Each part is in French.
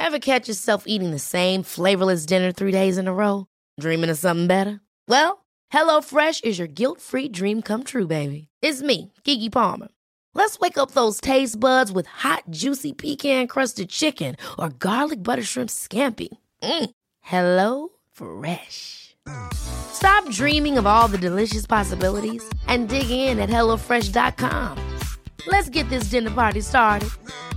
Ever catch yourself eating the same flavorless dinner 3 days in a row? Dreaming of something better? Well, HelloFresh is your guilt-free dream come true, baby. It's me, Keke Palmer. Let's wake up those taste buds with hot, juicy pecan-crusted chicken or garlic butter shrimp scampi. Hello Fresh. Stop dreaming of all the delicious possibilities and dig in at HelloFresh.com. Let's get this dinner party started.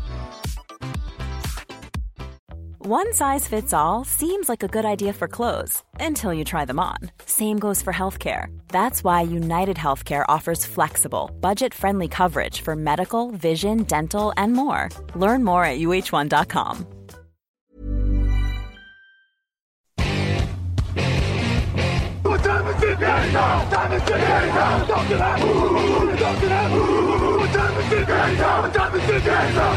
One size fits all seems like a good idea for clothes until you try them on. Same goes for healthcare. That's why United Healthcare offers flexible, budget-friendly coverage for medical, vision, dental, and more. Learn more at uh1.com. What time is it now? Time is it now? Talk to that. Talk to that. What time is it now? What time is it now?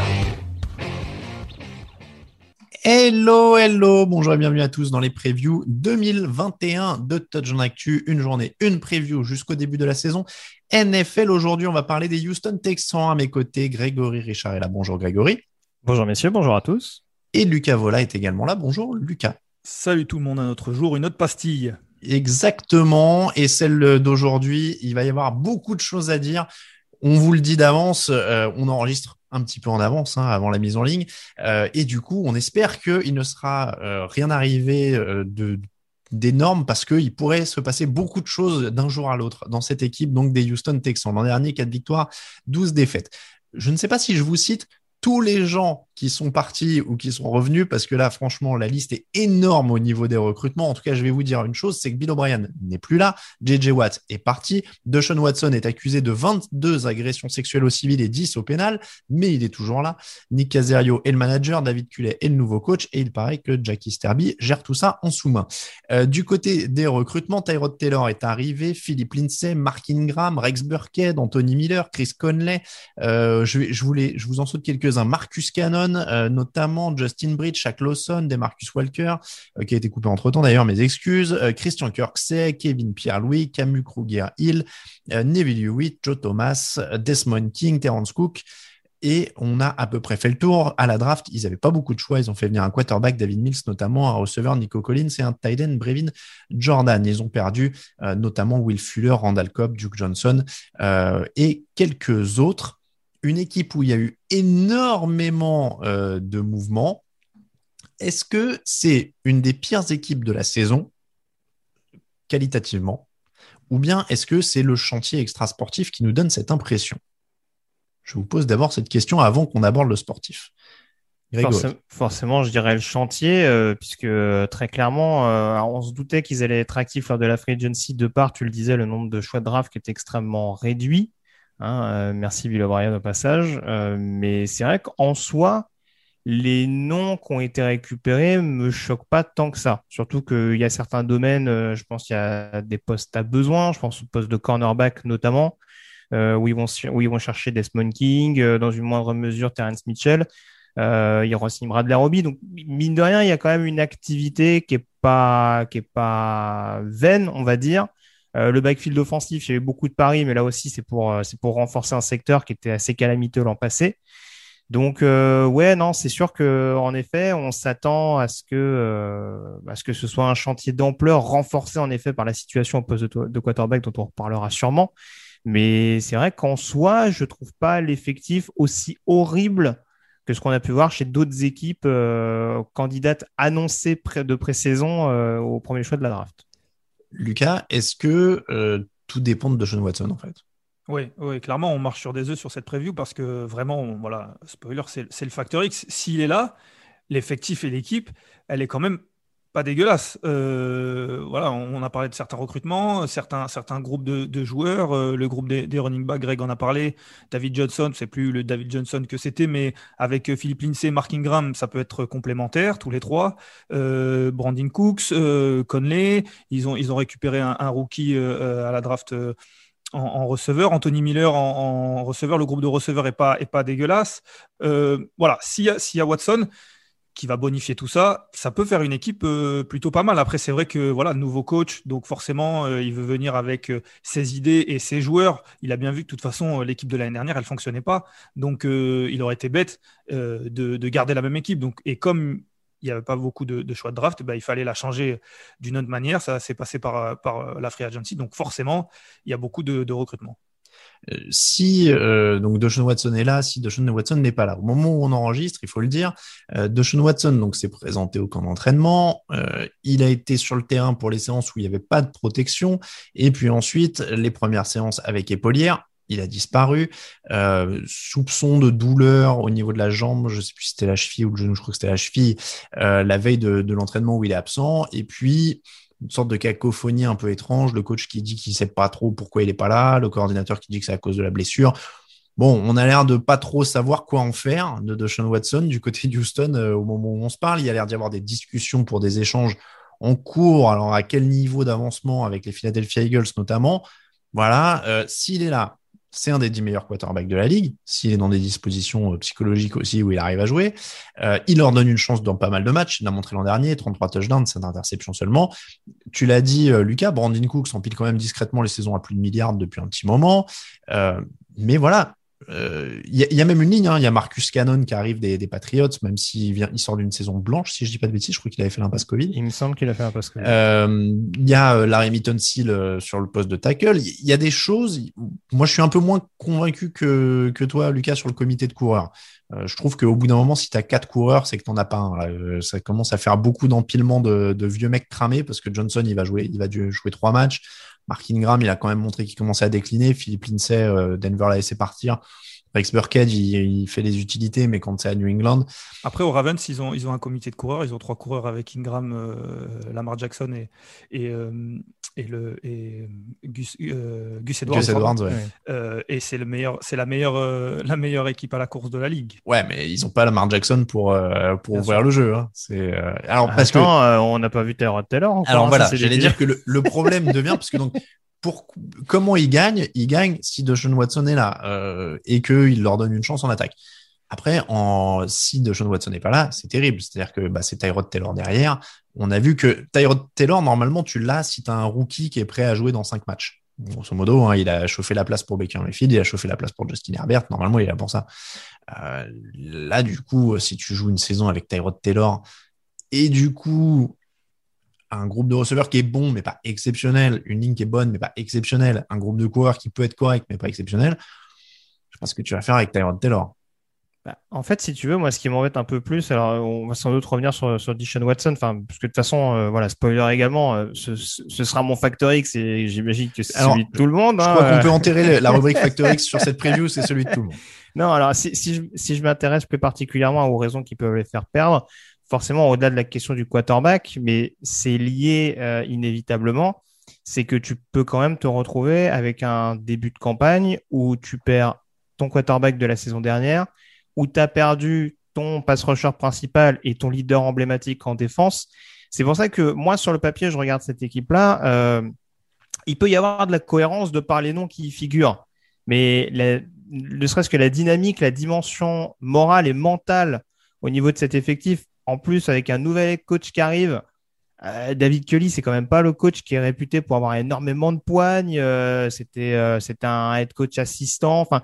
Hello, bonjour et bienvenue à tous dans les previews 2021 de Touchdown Actu. Une journée, une preview jusqu'au début de la saison NFL. Aujourd'hui, on va parler des Houston Texans. À mes côtés, Grégory Richard est là. Bonjour Grégory. Bonjour messieurs, bonjour à tous. Et Lucas Vola est également là. Bonjour Lucas. Salut tout le monde, un autre jour, une autre pastille. Exactement, et celle d'aujourd'hui, il va y avoir beaucoup de choses à dire. On vous le dit d'avance, on enregistre un petit peu en avance avant la mise en ligne, et du coup, on espère qu'il ne sera rien arrivé d'énorme parce qu'il pourrait se passer beaucoup de choses d'un jour à l'autre dans cette équipe donc des Houston Texans. L'an dernier, 4 victoires, 12 défaites. Je ne sais pas si je vous cite tous les gens qui sont partis ou qui sont revenus, parce que là, franchement, la liste est énorme au niveau des recrutements. En tout cas, je vais vous dire une chose, c'est que Bill O'Brien n'est plus là, J.J. Watt est parti, Deshaun Watson est accusé de 22 agressions sexuelles au civil et 10 au pénal, mais il est toujours là. Nick Caserio est le manager, David Culley est le nouveau coach, et il paraît que Jackie Sterby gère tout ça en sous-main. Du côté des recrutements, Tyrod Taylor est arrivé, Philip Lindsay, Mark Ingram, Rex Burkhead, Anthony Miller, Chris Conley, je vous en saute quelques-uns, Marcus Cannon, notamment Justin Britt, Shaq Lawson, DeMarcus Walker, qui a été coupé entre-temps d'ailleurs, mes excuses, Christian Kirksey, Kevin Pierre-Louis, Camus Kruger-Hill, Neville Hewitt, Joe Thomas, Desmond King, Terrence Cook, et on a à peu près fait le tour. À la draft, ils n'avaient pas beaucoup de choix, ils ont fait venir un quarterback, David Mills notamment, un receveur, Nico Collins, et un tight end, Brevin Jordan. Ils ont perdu notamment Will Fuller, Randall Cobb, Duke Johnson, et quelques autres. Une équipe où il y a eu énormément de mouvements. Est-ce que c'est une des pires équipes de la saison, qualitativement, ou bien est-ce que c'est le chantier extra-sportif qui nous donne cette impression? Je vous pose d'abord cette question avant qu'on aborde le sportif. Forcément, je dirais le chantier, puisque très clairement, on se doutait qu'ils allaient être actifs lors de la free agency de part, tu le disais, le nombre de choix de draft qui est extrêmement réduit. Merci Bill O'Brien au passage, mais c'est vrai qu'en soi les noms qui ont été récupérés me choquent pas tant que ça, surtout qu'il y a certains domaines, je pense qu'il y a des postes à besoin, je pense au poste de cornerback notamment, où ils vont chercher Desmond King, dans une moindre mesure Terrence Mitchell, ils re-signent Bradley Roby, donc mine de rien il y a quand même une activité qui est pas vaine, on va dire. Le backfield offensif, il y a eu beaucoup de paris, mais là aussi, c'est pour renforcer un secteur qui était assez calamiteux l'an passé. Donc, ouais, non, c'est sûr que en effet, on s'attend à ce que ce soit un chantier d'ampleur renforcé en effet par la situation au poste de quarterback dont on reparlera sûrement. Mais c'est vrai qu'en soi, je trouve pas l'effectif aussi horrible que ce qu'on a pu voir chez d'autres équipes candidates annoncées de pré-saison au premier choix de la draft. Lucas, est-ce que tout dépend de Deshaun Watson en fait? Oui, clairement, on marche sur des œufs sur cette preview parce que vraiment, voilà, spoiler, c'est le facteur X. S'il est là, l'effectif et l'équipe, elle est quand même pas dégueulasse. Voilà, on a parlé de certains recrutements, certains groupes de joueurs, le groupe des running backs, Greg en a parlé, David Johnson, c'est plus le David Johnson que c'était, mais avec Philip Lindsay, Mark Ingram, ça peut être complémentaire, tous les trois. Brandon Cooks, Conley, ils ont récupéré un rookie à la draft en receveur, Anthony Miller en receveur, le groupe de receveurs est pas dégueulasse. Voilà, s'il y a Watson qui va bonifier tout ça, ça peut faire une équipe plutôt pas mal. Après, c'est vrai que voilà, nouveau coach, donc forcément, il veut venir avec ses idées et ses joueurs. Il a bien vu que de toute façon, l'équipe de l'année dernière, elle fonctionnait pas. Donc, il aurait été bête de garder la même équipe. Donc, et comme il n'y avait pas beaucoup de choix de draft, il fallait la changer d'une autre manière. Ça s'est passé par la free agency. Donc forcément, il y a beaucoup de recrutement. Si donc Deshaun Watson est là, si Deshaun Watson n'est pas là, au moment où on enregistre, il faut le dire, Deshaun Watson donc s'est présenté au camp d'entraînement, il a été sur le terrain pour les séances où il n'y avait pas de protection, et puis ensuite les premières séances avec épaulière. Il a disparu, soupçon de douleur au niveau de la jambe, je sais plus si c'était la cheville ou le genou, je crois que c'était la cheville, la veille de l'entraînement où il est absent, et puis une sorte de cacophonie un peu étrange, le coach qui dit qu'il sait pas trop pourquoi il est pas là, le coordinateur qui dit que c'est à cause de la blessure. Bon, on a l'air de pas trop savoir quoi en faire de Deshaun Watson du côté de Houston au moment où on se parle. Il y a l'air d'y avoir des discussions pour des échanges en cours. Alors, à quel niveau d'avancement avec les Philadelphia Eagles notamment? Voilà, s'il est là, c'est un des 10 meilleurs quarterbacks de la ligue. S'il est dans des dispositions psychologiques aussi où il arrive à jouer, il leur donne une chance dans pas mal de matchs. Il l'a montré l'an dernier, 33 touchdowns, 7 interceptions seulement. Tu l'as dit, Lucas, Brandon Cooks s'empile quand même discrètement les saisons à plus de milliards depuis un petit moment. Mais voilà, y a même une ligne. Il y a Marcus Cannon qui arrive des Patriots, même il sort d'une saison blanche, si je dis pas de bêtises. Je crois qu'il avait fait l'impasse Covid. Il me semble qu'il a fait un pass Covid. Il y a Larry Tunsil sur le poste de tackle. Il y a des choses. Moi, je suis un peu moins convaincu que toi, Lucas, sur le comité de coureurs. Je trouve qu'au bout d'un moment, si tu as 4 coureurs, c'est que tu n'en as pas un. Là. Ça commence à faire beaucoup d'empilement de vieux mecs cramés parce que Johnson, il va jouer 3 matchs. Mark Ingram, il a quand même montré qu'il commençait à décliner. Philippe Lindsay, Denver l'a laissé partir. Rex Burkhead, il fait des utilités, mais quand c'est à New England. Après, au Ravens, ils ont un comité de coureurs. Ils ont 3 coureurs avec Ingram, Lamar Jackson et Gus Edwards. Gus Edwards, ouais. Et c'est la meilleure équipe à la course de la ligue. Ouais, mais ils n'ont pas Lamar Jackson pour ouvrir le jeu. Hein. Alors, on n'a pas vu Tyrod Taylor encore. Alors voilà, j'allais dire que le problème devient parce que donc comment ils gagnent si Deshaun Watson est là et qu'il leur donne une chance en attaque. Après, si Deshaun Watson n'est pas là, c'est terrible. C'est-à-dire que c'est Tyrod Taylor derrière. On a vu que Tyrod Taylor, normalement, tu l'as si tu as un rookie qui est prêt à jouer dans 5 matchs. Grosso modo, il a chauffé la place pour Baker Mayfield, il a chauffé la place pour Justin Herbert. Normalement, il est là pour ça. Là, du coup, si tu joues une saison avec Tyrod Taylor et du coup un groupe de receveurs qui est bon mais pas exceptionnel, une ligne qui est bonne mais pas exceptionnelle, un groupe de coureurs qui peut être correct mais pas exceptionnel, je pense que tu vas faire avec Tyrod Taylor. En fait, si tu veux, moi, ce qui m'embête un peu plus, alors on va sans doute revenir sur Deshaun Watson, parce que de toute façon, spoiler également, ce sera mon Factor X et j'imagine que c'est celui de tout le monde. Je crois qu'on peut enterrer la rubrique Factor X sur cette preview, c'est celui de tout le monde. Non, alors si je m'intéresse plus particulièrement aux raisons qui peuvent les faire perdre, forcément au-delà de la question du quarterback, mais c'est lié inévitablement, c'est que tu peux quand même te retrouver avec un début de campagne où tu perds ton quarterback de la saison dernière, où tu as perdu ton pass rusher principal et ton leader emblématique en défense. C'est pour ça que moi, sur le papier, je regarde cette équipe-là. Il peut y avoir de la cohérence de par les noms qui y figurent, mais ne serait-ce que la dynamique, la dimension morale et mentale au niveau de cet effectif, en plus avec un nouvel coach qui arrive, David Culley, c'est quand même pas le coach qui est réputé pour avoir énormément de poignes. C'était un head coach assistant. Enfin,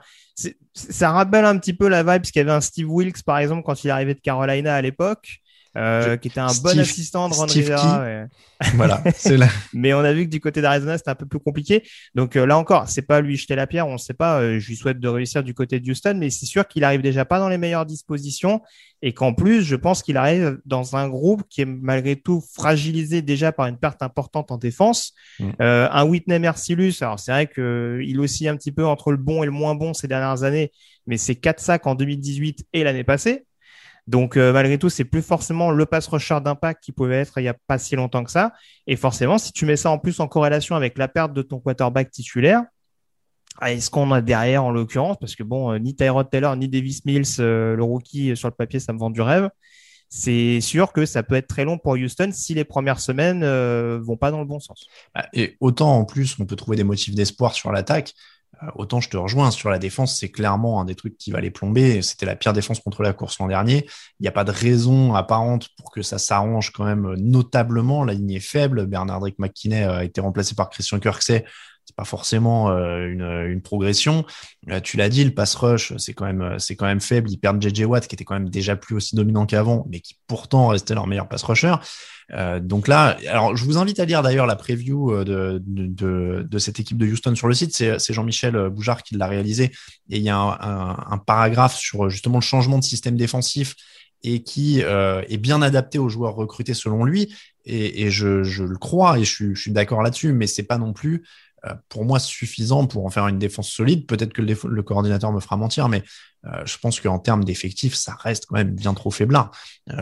ça rappelle un petit peu la vibe qu'il y avait un Steve Wilkes, par exemple, quand il est arrivé de Carolina à l'époque, qui était un bon assistant de Ron Rivera. Ouais. Voilà, c'est là. Mais on a vu que du côté d'Arizona, c'était un peu plus compliqué. Donc là encore, c'est pas lui jeter la pierre, on ne sait pas. Je lui souhaite de réussir du côté de Houston, mais c'est sûr qu'il arrive déjà pas dans les meilleures dispositions et qu'en plus, je pense qu'il arrive dans un groupe qui est malgré tout fragilisé déjà par une perte importante en défense. Un Whitney Mercilus, alors c'est vrai qu'il oscille un petit peu entre le bon et le moins bon ces dernières années, mais c'est 4 sacs en 2018 et l'année passée. Donc, malgré tout, c'est plus forcément le pass rusher d'impact qui pouvait être il n'y a pas si longtemps que ça. Et forcément, si tu mets ça en plus en corrélation avec la perte de ton quarterback titulaire, est-ce qu'on a derrière en l'occurrence, parce que bon, ni Tyrod Taylor, ni Davis Mills, le rookie sur le papier, ça me vend du rêve. C'est sûr que ça peut être très long pour Houston si les premières semaines vont pas dans le bon sens. Et autant en plus, on peut trouver des motifs d'espoir sur l'attaque. Autant je te rejoins sur la défense, c'est clairement un des trucs qui va les plomber. C'était la pire défense contre la course l'an dernier. Il n'y a pas de raison apparente pour que ça s'arrange quand même notablement. La ligne est faible. Bernardrick McKinney a été remplacé par Christian Kirksey. c'est pas forcément une progression. Tu l'as dit, le pass rush, c'est quand même faible. Ils perdent J.J. Watt, qui était quand même déjà plus aussi dominant qu'avant, mais qui pourtant restait leur meilleur pass rusher. Donc là, alors je vous invite à lire d'ailleurs la preview de cette équipe de Houston sur le site. C'est Jean-Michel Boujard qui l'a réalisé, et il y a un paragraphe sur justement le changement de système défensif et qui est bien adapté aux joueurs recrutés selon lui. Et je le crois et je suis d'accord là-dessus, mais c'est pas non plus pour moi suffisant pour en faire une défense solide. Peut-être que le coordinateur me fera mentir, mais je pense qu'en termes d'effectifs, ça reste quand même bien trop faiblard.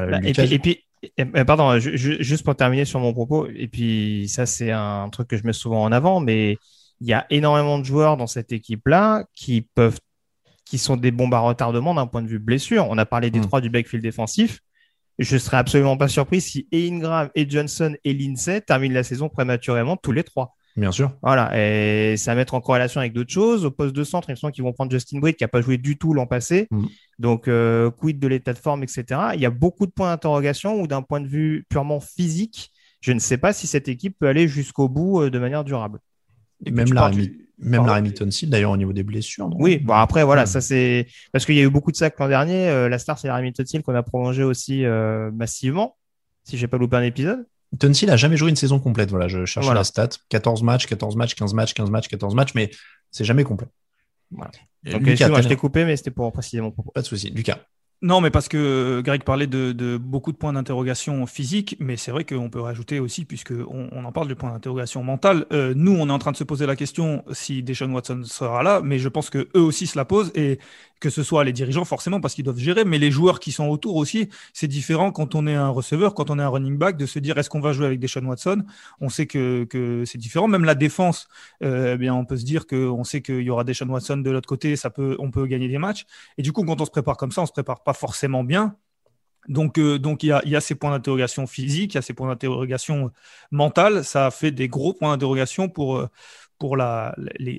Pardon, juste pour terminer sur mon propos, et puis ça c'est un truc que je mets souvent en avant, mais il y a énormément de joueurs dans cette équipe-là qui sont des bombes à retardement d'un point de vue blessure. On a parlé des trois du backfield défensif. Je serais absolument pas surpris si Ingram et Johnson et Lindsay terminent la saison prématurément tous les trois. Bien sûr. Voilà, et ça va mettre en corrélation avec d'autres choses. Au poste de centre, il me semble qu'ils vont prendre Justin Britt qui n'a pas joué du tout l'an passé. Donc, quid de l'état de forme, etc. Il y a beaucoup de points d'interrogation, ou d'un point de vue purement physique, je ne sais pas si cette équipe peut aller jusqu'au bout de manière durable. Et même Laremy Tunsil, d'ailleurs, au niveau des blessures. Non, oui, bon après, voilà, ça c'est... Parce qu'il y a eu beaucoup de sacs l'an dernier. La star, c'est Laremy Tunsil qu'on a prolongé aussi massivement, si j'ai pas loupé un épisode. Tunsil a jamais joué une saison complète. Voilà, je cherchais la stat. 14 matchs, 15 matchs, 15 matchs, 14 matchs, mais c'est jamais complet. Voilà. Donc, excuse-moi, je t'ai coupé, mais c'était pour préciser mon propos. Pas de souci. Lucas. Non, mais parce que Greg parlait de beaucoup de points d'interrogation physiques, mais c'est vrai qu'on peut rajouter aussi, puisqu'on en parle de points d'interrogation mentale. Nous, on est en train de se poser la question si Deshaun Watson sera là, mais je pense que eux aussi se la posent, et que ce soit les dirigeants forcément parce qu'ils doivent gérer, mais les joueurs qui sont autour aussi. C'est différent quand on est un receveur, quand on est un running back, de se dire est-ce qu'on va jouer avec Deshaun Watson. On sait que c'est différent. Même la défense, bien on peut se dire qu'on sait qu'il y aura Deshaun Watson de l'autre côté, on peut gagner des matchs. Et du coup, quand on se prépare comme ça, on se prépare pas forcément bien. Donc il y a ces points d'interrogation physiques, il y a ces points d'interrogation mentales. Ça a fait des gros points d'interrogation pour la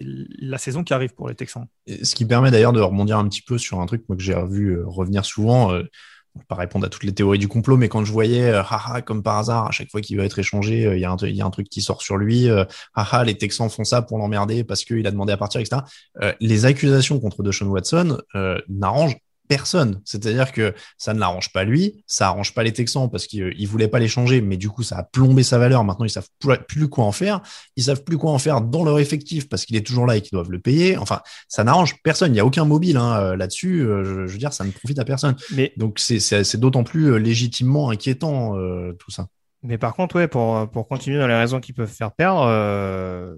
saison qui arrive pour les Texans. Et ce qui permet d'ailleurs de rebondir un petit peu sur un truc moi, que j'ai vu revenir souvent. Pas répondre à toutes les théories du complot, mais quand je voyais comme par hasard, à chaque fois qu'il va être échangé, il y a un truc qui sort sur lui, les Texans font ça pour l'emmerder parce qu'il a demandé à partir, etc. Les accusations contre Deshaun Watson n'arrangent personne. C'est-à-dire que ça ne l'arrange pas lui, ça arrange pas les Texans parce qu'ils voulaient pas l'échanger, mais du coup, ça a plombé sa valeur. Maintenant, ils savent plus quoi en faire. Ils savent plus quoi en faire dans leur effectif parce qu'il est toujours là et qu'ils doivent le payer. Enfin, ça n'arrange personne. Il y a aucun mobile là-dessus. Je veux dire, ça ne profite à personne. Mais donc, c'est d'autant plus légitimement inquiétant tout ça. Mais par contre, ouais, pour continuer dans les raisons qui peuvent faire perdre,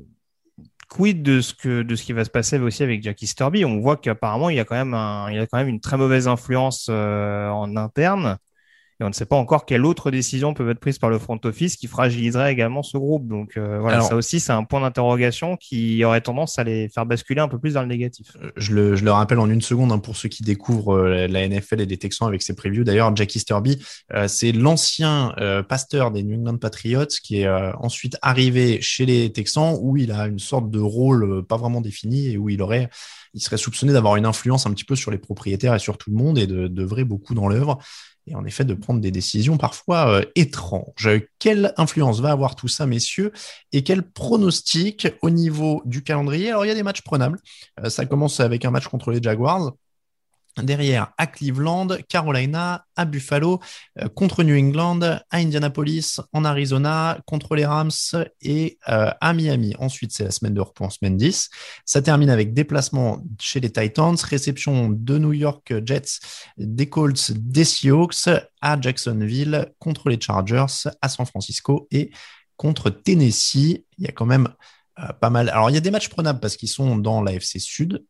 quid de ce qui va se passer aussi avec Jackie Sturby? On voit qu'apparemment il a quand même une très mauvaise influence en interne, et on ne sait pas encore quelle autre décision peut être prise par le front office qui fragiliserait également ce groupe. Donc voilà, alors, ça aussi c'est un point d'interrogation qui aurait tendance à les faire basculer un peu plus dans le négatif. Je le rappelle en une seconde pour ceux qui découvrent la NFL et les Texans avec ses previews. D'ailleurs, Jackie Sturby, c'est l'ancien pasteur des New England Patriots qui est ensuite arrivé chez les Texans, où il a une sorte de rôle pas vraiment défini et où il serait soupçonné d'avoir une influence un petit peu sur les propriétaires et sur tout le monde, et d'œuvrer beaucoup dans l'œuvre. Et en effet, de prendre des décisions parfois étranges. Quelle influence va avoir tout ça, messieurs? Et quel pronostic au niveau du calendrier? Alors, il y a des matchs prenables. Ça commence avec un match contre les Jaguars. Derrière, à Cleveland, Carolina, à Buffalo, contre New England, à Indianapolis, en Arizona, contre les Rams et à Miami. Ensuite, c'est la semaine de repos en semaine 10. Ça termine avec déplacement chez les Titans, réception de New York Jets, des Colts, des Seahawks, à Jacksonville, contre les Chargers, à San Francisco et contre Tennessee. Il y a quand même pas mal. Alors, il y a des matchs prenables parce qu'ils sont dans l'AFC Sud.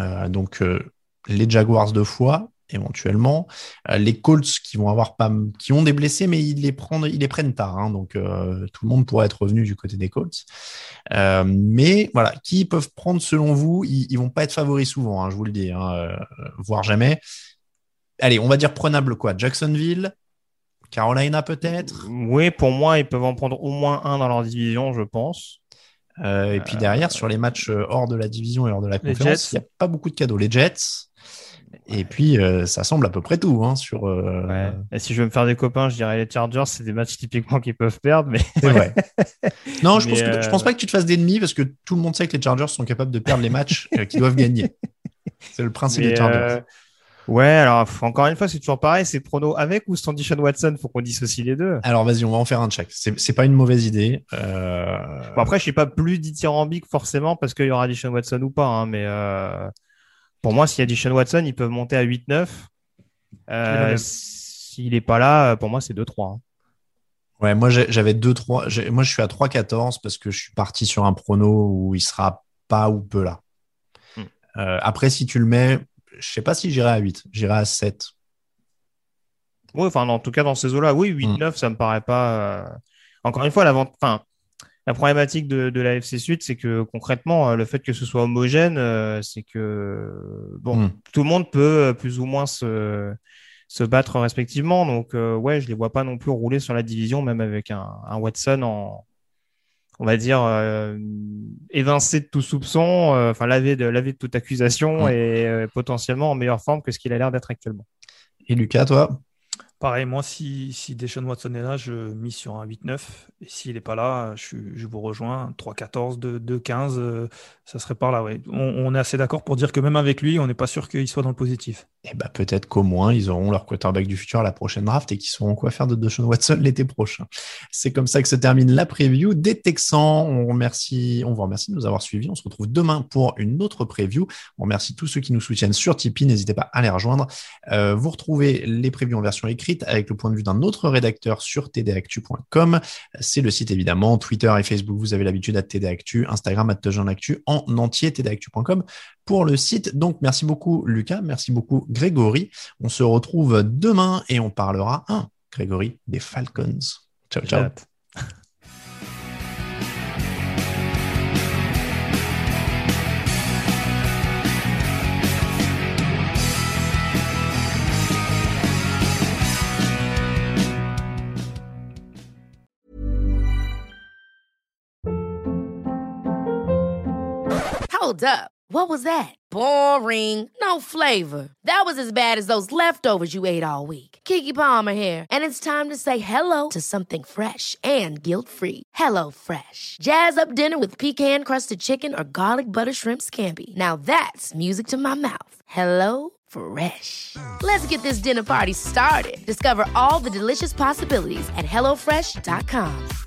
Les Jaguars 2 fois, éventuellement. Les Colts qui ont des blessés, mais ils les prennent tard. Donc, tout le monde pourrait être revenu du côté des Colts. Mais voilà, qui peuvent prendre selon vous? Ils vont pas être favoris souvent, je vous le dis, voire jamais. Allez, on va dire prenable quoi? Jacksonville, Carolina peut-être? Oui, pour moi, ils peuvent en prendre au moins un dans leur division, je pense. Et puis derrière, sur les matchs hors de la division et hors de la conférence, il n'y a pas beaucoup de cadeaux. Les Jets. Et puis, ça semble à peu près tout sur. Ouais. Et si je veux me faire des copains, je dirais les Chargers, c'est des matchs typiquement qu'ils peuvent perdre, mais. C'est vrai. Non, je pense pas que tu te fasses d'ennemis parce que tout le monde sait que les Chargers sont capables de perdre les matchs qu'ils doivent gagner. C'est le principe des Chargers. Ouais, alors encore une fois, c'est toujours pareil, c'est prono avec ou sans Deshaun Watson, faut qu'on dissocie les deux. Alors vas-y, on va en faire un check. C'est pas une mauvaise idée. Bon, après, je suis pas plus dithyrambique forcément parce qu'il y aura Deshaun Watson ou pas, mais pour moi, s'il y a Deshaun Watson, ils peuvent monter à 8-9. S'il est pas là, pour moi, c'est 2-3. Ouais, moi j'avais 2-3. Moi, je suis à 3-14 parce que je suis parti sur un prono où il sera pas ou peu là. Après, si tu le mets, je sais pas si j'irai à 8. J'irai à 7. Oui, enfin, en tout cas, dans ces eaux-là, oui, 8-9, ça me paraît pas. Encore une fois, la problématique de la FC Sud, c'est que concrètement, le fait que ce soit homogène, c'est que tout le monde peut plus ou moins se battre respectivement. Donc, ouais, je les vois pas non plus rouler sur la division, même avec un Watson on va dire, évincé de tout soupçon, lavé de toute accusation et potentiellement en meilleure forme que ce qu'il a l'air d'être actuellement. Et Lucas, toi? Pareil, moi, si Deshaun Watson est là, je mise sur un 8-9. Et s'il n'est pas là, je vous rejoins. 3-14, 2-15, ça serait par là. Ouais. On est assez d'accord pour dire que même avec lui, on n'est pas sûr qu'il soit dans le positif. Et peut-être qu'au moins, ils auront leur quarterback du futur à la prochaine draft et qu'ils sauront quoi faire de Deshaun Watson l'été prochain. C'est comme ça que se termine la preview des Texans. On vous remercie de nous avoir suivis. On se retrouve demain pour une autre preview. On remercie tous ceux qui nous soutiennent sur Tipeee. N'hésitez pas à les rejoindre. Vous retrouvez les previews en version écrite avec le point de vue d'un autre rédacteur sur tdactu.com. C'est le site évidemment, Twitter et Facebook, vous avez l'habitude à TDActu, Instagram @TouchdownActu en entier, tdactu.com pour le site. Donc merci beaucoup Lucas, merci beaucoup Grégory. On se retrouve demain et on parlera, Grégory, des Falcons. Ciao, ciao. Hold up. What was that? Boring. No flavor. That was as bad as those leftovers you ate all week. Keke Palmer here, and it's time to say hello to something fresh and guilt-free. Hello Fresh. Jazz up dinner with pecan-crusted chicken or garlic butter shrimp scampi. Now that's music to my mouth. Hello Fresh. Let's get this dinner party started. Discover all the delicious possibilities at HelloFresh.com.